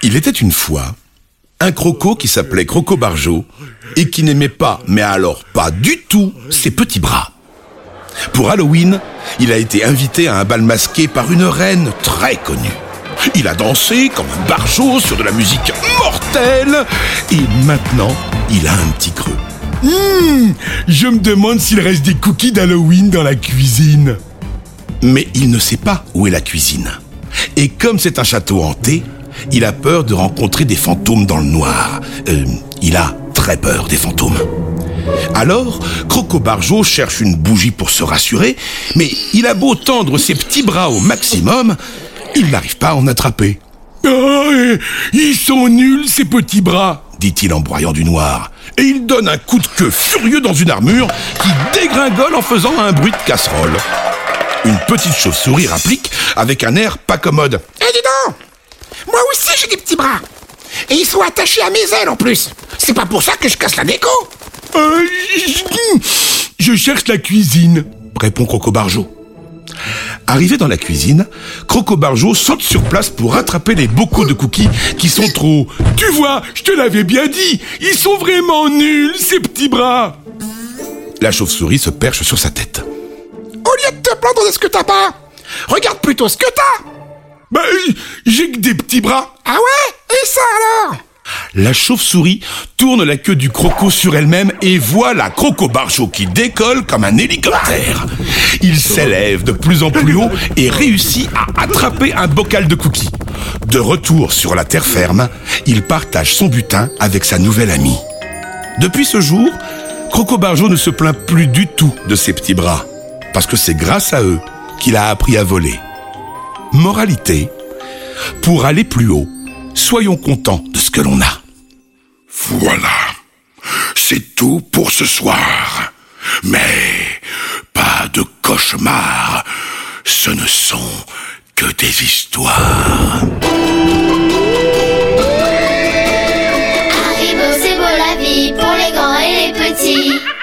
Il était une fois un croco qui s'appelait Crocobarjo et qui n'aimait pas, mais alors pas du tout, ses petits bras. Pour Halloween, il a été invité à un bal masqué par une reine très connue. Il a dansé comme un barjot sur de la musique mortelle et maintenant, il a un petit creux. Je me demande s'il reste des cookies d'Halloween dans la cuisine. Mais il ne sait pas où est la cuisine. Et comme c'est un château hanté, il a peur de rencontrer des fantômes dans le noir. Il a très peur des fantômes. Alors, Crocobarjo cherche une bougie pour se rassurer, mais il a beau tendre ses petits bras au maximum, il n'arrive pas à en attraper. « Oh, ils sont nuls ces petits bras !» dit-il en broyant du noir. Et il donne un coup de queue furieux dans une armure qui dégringole en faisant un bruit de casserole. Une petite chauve-souris rapplique avec un air pas commode. « Eh, dis donc, moi aussi j'ai des petits bras. Et ils sont attachés à mes ailes en plus. C'est pas pour ça que je casse la déco. » Je cherche la cuisine, répond Crocobarjo. Arrivé dans la cuisine, Crocobarjo saute sur place pour rattraper les bocaux de cookies qui sont trop... Tu vois, je te l'avais bien dit, ils sont vraiment nuls, ces petits bras. La chauve-souris se perche sur sa tête. Au lieu de te plaindre de ce que t'as pas, regarde plutôt ce que t'as. J'ai que des petits bras. Ah ouais? Et ça alors? La chauve-souris tourne la queue du croco sur elle-même et voilà Crocobarjo qui décolle comme un hélicoptère. Il s'élève de plus en plus haut et réussit à attraper un bocal de cookies. De retour sur la terre ferme, il partage son butin avec sa nouvelle amie. Depuis ce jour, Crocobarjo ne se plaint plus du tout de ses petits bras, parce que c'est grâce à eux qu'il a appris à voler. Moralité, pour aller plus haut, soyons contents de ce que l'on a. Voilà, c'est tout pour ce soir. Mais pas de cauchemars, ce ne sont que des histoires. Haribo, c'est beau la vie pour les grands et les petits.